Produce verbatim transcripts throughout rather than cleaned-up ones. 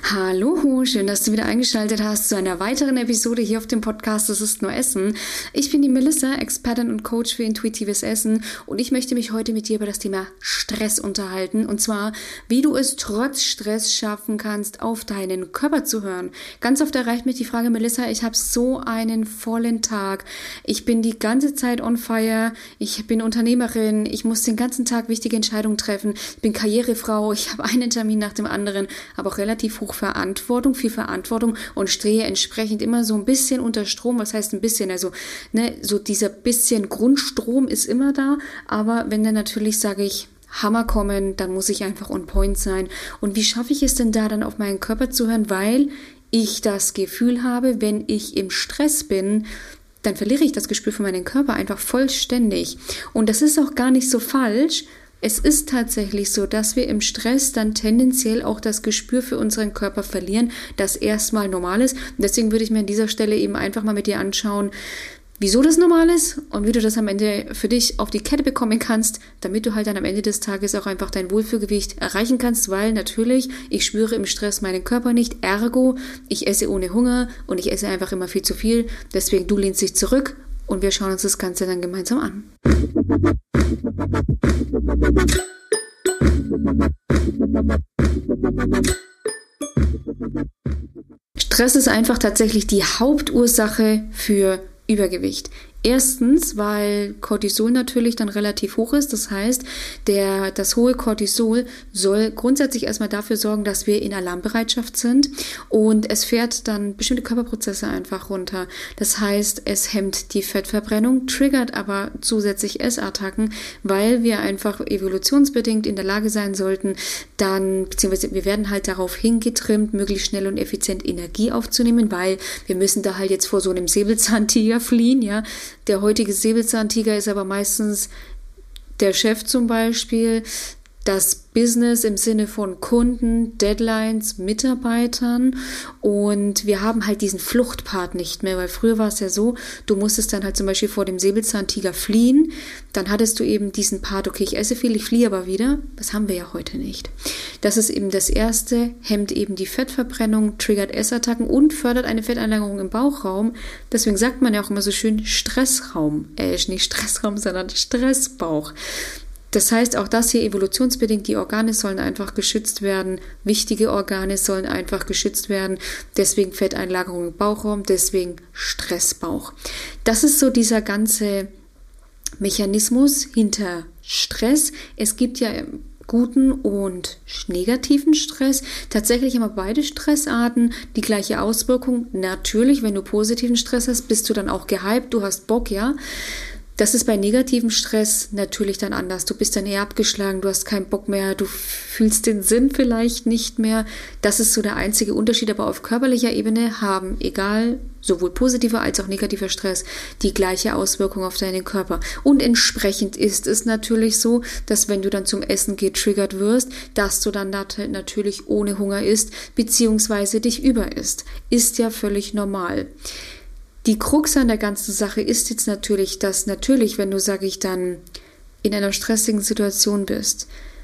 Hallo, schön, dass du wieder eingeschaltet hast zu einer weiteren Episode hier auf dem Podcast Das ist nur Essen. Ich bin die Melissa, Expertin und Coach für intuitives Essen und ich möchte mich heute mit dir über das Thema Stress unterhalten und zwar, wie du es trotz Stress schaffen kannst, auf deinen Körper zu hören. Ganz oft erreicht mich die Frage, Melissa, ich habe so einen vollen Tag, ich bin die ganze Zeit on fire, ich bin Unternehmerin, ich muss den ganzen Tag wichtige Entscheidungen treffen, ich bin Karrierefrau, ich habe einen Termin nach dem anderen, aber auch relativ hoch Verantwortung, viel Verantwortung und stehe entsprechend immer so ein bisschen unter Strom. Was heißt ein bisschen? Also, ne, so dieser bisschen Grundstrom ist immer da, aber wenn dann natürlich, sage ich, Hammer kommen, dann muss ich einfach on point sein. Und wie schaffe ich es denn da dann auf meinen Körper zu hören? Weil ich das Gefühl habe, wenn ich im Stress bin, dann verliere ich das Gespür für meinen Körper einfach vollständig. Und das ist auch gar nicht so falsch. Es ist tatsächlich so, dass wir im Stress dann tendenziell auch das Gespür für unseren Körper verlieren, das erstmal normal ist. Und deswegen würde ich mir an dieser Stelle eben einfach mal mit dir anschauen, wieso das normal ist und wie du das am Ende für dich auf die Kette bekommen kannst, damit du halt dann am Ende des Tages auch einfach dein Wohlfühlgewicht erreichen kannst, weil natürlich, ich spüre im Stress meinen Körper nicht, ergo, ich esse ohne Hunger und ich esse einfach immer viel zu viel. Deswegen, du lehnst dich zurück und wir schauen uns das Ganze dann gemeinsam an. Stress ist einfach tatsächlich die Hauptursache für Übergewicht. Erstens, weil Cortisol natürlich dann relativ hoch ist. Das heißt, der, das hohe Cortisol soll grundsätzlich erstmal dafür sorgen, dass wir in Alarmbereitschaft sind und es fährt dann bestimmte Körperprozesse einfach runter. Das heißt, es hemmt die Fettverbrennung, triggert aber zusätzlich Essattacken, weil wir einfach evolutionsbedingt in der Lage sein sollten, dann, beziehungsweise wir werden halt darauf hingetrimmt, möglichst schnell und effizient Energie aufzunehmen, weil wir müssen da halt jetzt vor so einem Säbelzahntiger fliehen, ja. Der heutige Säbelzahntiger ist aber meistens der Chef zum Beispiel, das Business im Sinne von Kunden, Deadlines, Mitarbeitern und wir haben halt diesen Fluchtpart nicht mehr, weil früher war es ja so, du musstest dann halt zum Beispiel vor dem Säbelzahntiger fliehen, dann hattest du eben diesen Part, okay, ich esse viel, ich fliehe aber wieder, das haben wir ja heute nicht. Das ist eben das Erste, hemmt eben die Fettverbrennung, triggert Essattacken und fördert eine Fetteinlagerung im Bauchraum, deswegen sagt man ja auch immer so schön Stressraum, äh, nicht Stressraum, sondern Stressbauch. Das heißt, auch das hier evolutionsbedingt, die Organe sollen einfach geschützt werden, wichtige Organe sollen einfach geschützt werden, deswegen Fetteinlagerung im Bauchraum, deswegen Stressbauch. Das ist so dieser ganze Mechanismus hinter Stress. Es gibt ja guten und negativen Stress. Tatsächlich haben wir beide Stressarten die gleiche Auswirkung. Natürlich, wenn du positiven Stress hast, bist du dann auch gehypt, du hast Bock, ja. Das ist bei negativem Stress natürlich dann anders. Du bist dann eher abgeschlagen, du hast keinen Bock mehr, du fühlst den Sinn vielleicht nicht mehr. Das ist so der einzige Unterschied, aber auf körperlicher Ebene haben, egal, sowohl positiver als auch negativer Stress, die gleiche Auswirkung auf deinen Körper. Und entsprechend ist es natürlich so, dass wenn du dann zum Essen getriggert wirst, dass du dann natürlich ohne Hunger isst, beziehungsweise dich überisst. Ist ja völlig normal. Die Krux an der ganzen Sache ist jetzt natürlich, dass natürlich, wenn du, sage ich dann, in einer stressigen Situation bist,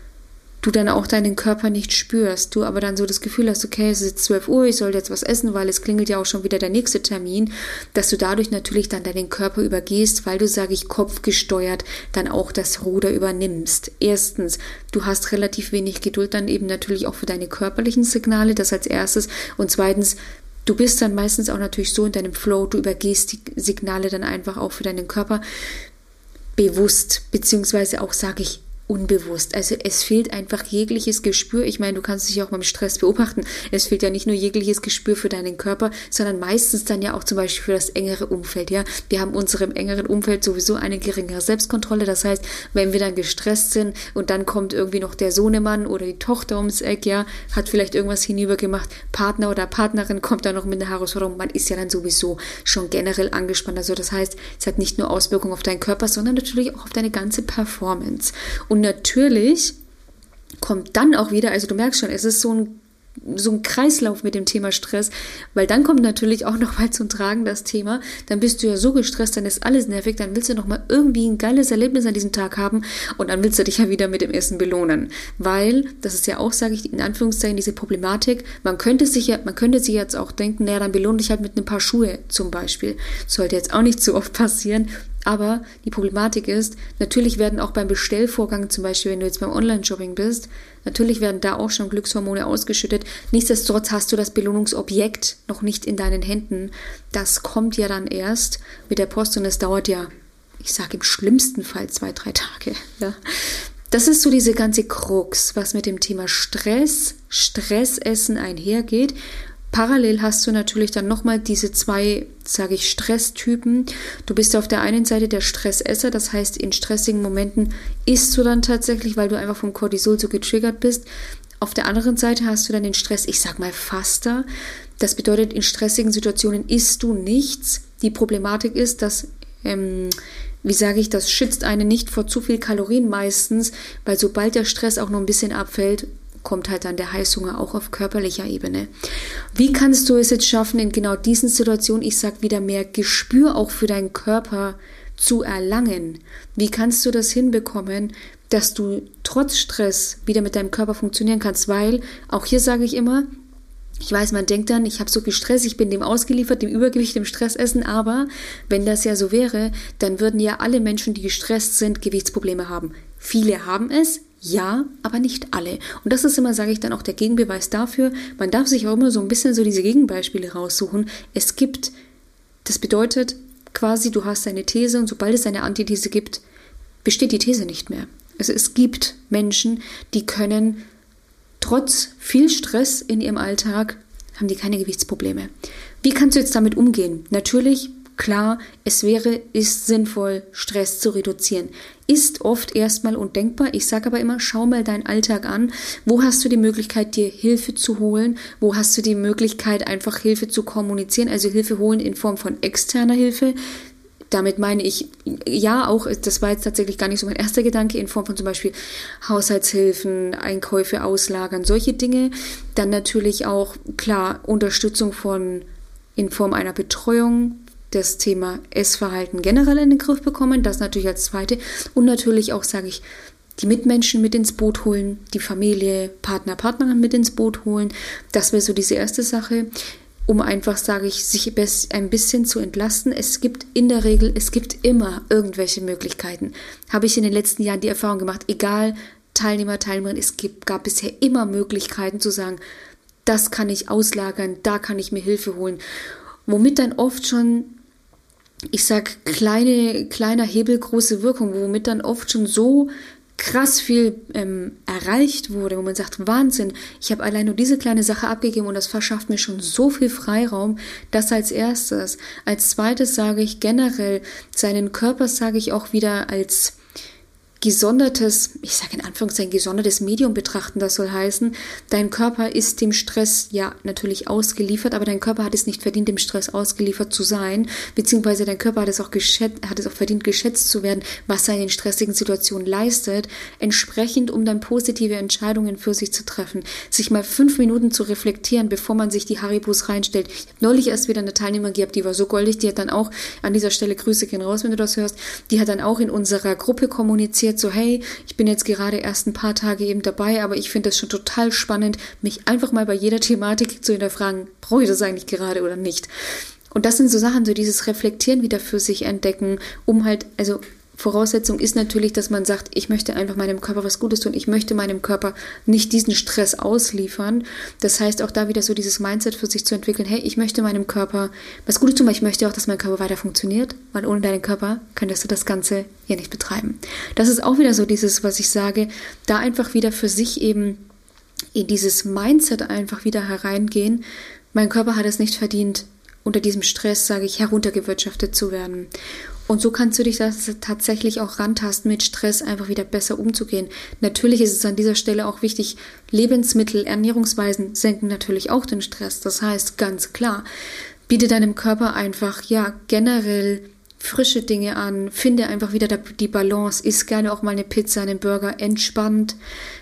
du dann auch deinen Körper nicht spürst, du aber dann so das Gefühl hast, okay, es ist jetzt zwölf Uhr, ich soll jetzt was essen, weil es klingelt ja auch schon wieder der nächste Termin, dass du dadurch natürlich dann deinen Körper übergehst, weil du, sage ich, kopfgesteuert dann auch das Ruder übernimmst. Erstens, du hast relativ wenig Geduld dann eben natürlich auch für deine körperlichen Signale, das als erstes, und zweitens, du bist dann meistens auch natürlich so in deinem Flow, du übergehst die Signale dann einfach auch für deinen Körper bewusst, beziehungsweise auch, sage ich, unbewusst. Also es fehlt einfach jegliches Gespür. Ich meine, du kannst dich auch beim Stress beobachten. Es fehlt ja nicht nur jegliches Gespür für deinen Körper, sondern meistens dann ja auch zum Beispiel für das engere Umfeld. Ja, wir haben in unserem engeren Umfeld sowieso eine geringere Selbstkontrolle. Das heißt, wenn wir dann gestresst sind und dann kommt irgendwie noch der Sohnemann oder die Tochter ums Eck, ja, hat vielleicht irgendwas hinübergemacht, Partner oder Partnerin kommt dann noch mit einer Herausforderung. Man ist ja dann sowieso schon generell angespannt. Also das heißt, es hat nicht nur Auswirkungen auf deinen Körper, sondern natürlich auch auf deine ganze Performance. Und natürlich kommt dann auch wieder, also du merkst schon, es ist so ein so ein Kreislauf mit dem Thema Stress, weil dann kommt natürlich auch noch mal zum Tragen das Thema, dann bist du ja so gestresst, dann ist alles nervig, dann willst du noch mal irgendwie ein geiles Erlebnis an diesem Tag haben und dann willst du dich ja wieder mit dem Essen belohnen, weil, das ist ja auch, sage ich in Anführungszeichen, diese Problematik, man könnte sich ja, man könnte sich jetzt auch denken, naja, dann belohne dich halt mit ein paar Schuhe zum Beispiel, sollte jetzt auch nicht so oft passieren. Aber die Problematik ist, natürlich werden auch beim Bestellvorgang, zum Beispiel wenn du jetzt beim Online-Shopping bist, natürlich werden da auch schon Glückshormone ausgeschüttet. Nichtsdestotrotz hast du das Belohnungsobjekt noch nicht in deinen Händen. Das kommt ja dann erst mit der Post und es dauert ja, ich sage im schlimmsten Fall zwei, drei Tage. Ja. Das ist so diese ganze Krux, was mit dem Thema Stress, Stressessen einhergeht. Parallel hast du natürlich dann nochmal diese zwei, sage ich, Stresstypen. Du bist auf der einen Seite der Stressesser, das heißt, in stressigen Momenten isst du dann tatsächlich, weil du einfach vom Cortisol so getriggert bist. Auf der anderen Seite hast du dann den Stress, ich sag mal Faster. Das bedeutet, in stressigen Situationen isst du nichts. Die Problematik ist, dass, ähm, wie sage ich, das schützt einen nicht vor zu viel Kalorien meistens, weil sobald der Stress auch noch ein bisschen abfällt, kommt halt dann der Heißhunger auch auf körperlicher Ebene. Wie kannst du es jetzt schaffen, in genau diesen Situationen, ich sag wieder, mehr Gespür auch für deinen Körper zu erlangen? Wie kannst du das hinbekommen, dass du trotz Stress wieder mit deinem Körper funktionieren kannst? Weil, auch hier sage ich immer, ich weiß, man denkt dann, ich habe so viel Stress, ich bin dem ausgeliefert, dem Übergewicht, dem Stressessen, aber wenn das ja so wäre, dann würden ja alle Menschen, die gestresst sind, Gewichtsprobleme haben. Viele haben es, ja, aber nicht alle. Und das ist immer, sage ich dann, auch der Gegenbeweis dafür. Man darf sich auch immer so ein bisschen so diese Gegenbeispiele raussuchen. Es gibt, das bedeutet quasi, du hast eine These und sobald es eine Antithese gibt, besteht die These nicht mehr. Also es gibt Menschen, die können trotz viel Stress in ihrem Alltag, haben die keine Gewichtsprobleme. Wie kannst du jetzt damit umgehen? Natürlich, klar, es wäre, ist sinnvoll, Stress zu reduzieren. Ist oft erstmal undenkbar. Ich sage aber immer, schau mal deinen Alltag an. Wo hast du die Möglichkeit, dir Hilfe zu holen? Wo hast du die Möglichkeit, einfach Hilfe zu kommunizieren? Also Hilfe holen in Form von externer Hilfe. Damit meine ich, ja, auch, das war jetzt tatsächlich gar nicht so mein erster Gedanke, in Form von zum Beispiel Haushaltshilfen, Einkäufe auslagern, solche Dinge. Dann natürlich auch, klar, Unterstützung von, in Form einer Betreuung, das Thema Essverhalten generell in den Griff bekommen, das natürlich als zweite. Und natürlich auch, sage ich, die Mitmenschen mit ins Boot holen, die Familie, Partner, Partnerin mit ins Boot holen. Das wäre so diese erste Sache, um einfach, sage ich, sich ein bisschen zu entlasten. Es gibt in der Regel, es gibt immer irgendwelche Möglichkeiten. Habe ich in den letzten Jahren die Erfahrung gemacht, egal Teilnehmer, Teilnehmerin, es gibt, gab bisher immer Möglichkeiten zu sagen, das kann ich auslagern, da kann ich mir Hilfe holen. Womit dann oft schon, ich sag, kleine, kleiner Hebel, große Wirkung, womit dann oft schon so krass viel ähm, erreicht wurde, wo man sagt, Wahnsinn, ich habe allein nur diese kleine Sache abgegeben und das verschafft mir schon so viel Freiraum, das als erstes. Als zweites sage ich generell, seinen Körper sage ich auch wieder als gesondertes, ich sage in Anführungszeichen gesondertes Medium betrachten, das soll heißen, dein Körper ist dem Stress ja natürlich ausgeliefert, aber dein Körper hat es nicht verdient, dem Stress ausgeliefert zu sein, beziehungsweise dein Körper hat es auch geschätzt, hat es auch verdient, geschätzt zu werden, was er in stressigen Situationen leistet, entsprechend, um dann positive Entscheidungen für sich zu treffen, sich mal fünf Minuten zu reflektieren, bevor man sich die Haribos reinstellt. Ich habe neulich erst wieder eine Teilnehmerin gehabt, die war so goldig, die hat dann auch, an dieser Stelle Grüße gehen raus, wenn du das hörst, die hat dann auch in unserer Gruppe kommuniziert, so hey, ich bin jetzt gerade erst ein paar Tage eben dabei, aber ich finde das schon total spannend, mich einfach mal bei jeder Thematik zu hinterfragen, brauche ich das eigentlich gerade oder nicht? Und das sind so Sachen, so dieses Reflektieren wieder für sich entdecken, um halt, also Voraussetzung ist natürlich, dass man sagt, ich möchte einfach meinem Körper was Gutes tun, ich möchte meinem Körper nicht diesen Stress ausliefern. Das heißt auch da wieder so dieses Mindset für sich zu entwickeln, hey, ich möchte meinem Körper was Gutes tun, weil ich möchte auch, dass mein Körper weiter funktioniert, weil ohne deinen Körper könntest du das Ganze ja nicht betreiben. Das ist auch wieder so dieses, was ich sage, da einfach wieder für sich eben in dieses Mindset einfach wieder hereingehen. Mein Körper hat es nicht verdient, unter diesem Stress, sage ich, heruntergewirtschaftet zu werden. Und so kannst du dich das tatsächlich auch rantasten, mit Stress einfach wieder besser umzugehen. Natürlich ist es an dieser Stelle auch wichtig, Lebensmittel, Ernährungsweisen senken natürlich auch den Stress. Das heißt, ganz klar, biete deinem Körper einfach, ja, generell frische Dinge an, finde einfach wieder die Balance, iss gerne auch mal eine Pizza, einen Burger, entspannt.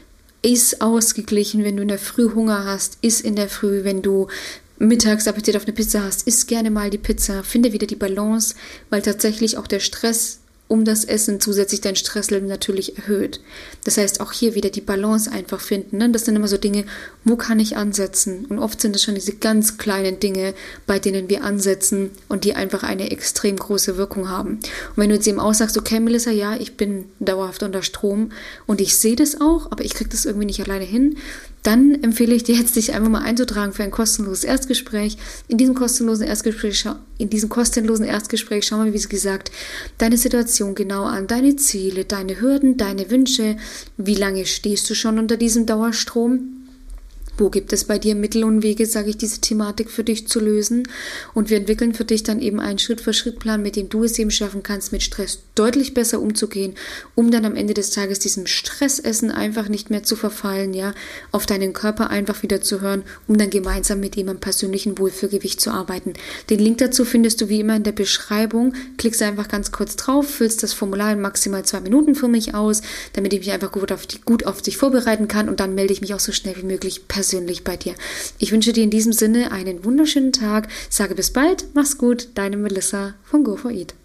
Iss ausgeglichen, wenn du in der Früh Hunger hast, iss in der Früh, wenn du mittags Appetit auf eine Pizza hast, iss gerne mal die Pizza, finde wieder die Balance, weil tatsächlich auch der Stress um das Essen zusätzlich dein Stresslevel natürlich erhöht. Das heißt, auch hier wieder die Balance einfach finden. Ne? Das sind immer so Dinge, wo kann ich ansetzen? Und oft sind es schon diese ganz kleinen Dinge, bei denen wir ansetzen und die einfach eine extrem große Wirkung haben. Und wenn du jetzt eben auch sagst, okay, Melissa, ja, ich bin dauerhaft unter Strom und ich sehe das auch, aber ich kriege das irgendwie nicht alleine hin, dann empfehle ich dir jetzt, dich einfach mal einzutragen für ein kostenloses Erstgespräch. In diesem kostenlosen Erstgespräch, in diesem kostenlosen Erstgespräch schauen wir, wie gesagt, deine Situation genau an, deine Ziele, deine Hürden, deine Wünsche. Wie lange stehst du schon unter diesem Dauerstrom? Wo gibt es bei dir Mittel und Wege, sage ich, diese Thematik für dich zu lösen? Und wir entwickeln für dich dann eben einen Schritt-für-Schritt-Plan, mit dem du es eben schaffen kannst, mit Stress deutlich besser umzugehen, um dann am Ende des Tages diesem Stressessen einfach nicht mehr zu verfallen, ja, auf deinen Körper einfach wieder zu hören, um dann gemeinsam mit ihm am persönlichen Wohlfühlgewicht zu arbeiten. Den Link dazu findest du wie immer in der Beschreibung. Klickst einfach ganz kurz drauf, füllst das Formular in maximal zwei Minuten für mich aus, damit ich mich einfach gut auf, die, gut auf dich vorbereiten kann und dann melde ich mich auch so schnell wie möglich persönlich persönlich bei dir. Ich wünsche dir in diesem Sinne einen wunderschönen Tag. Sage bis bald, mach's gut, deine Melissa von Go for Eat.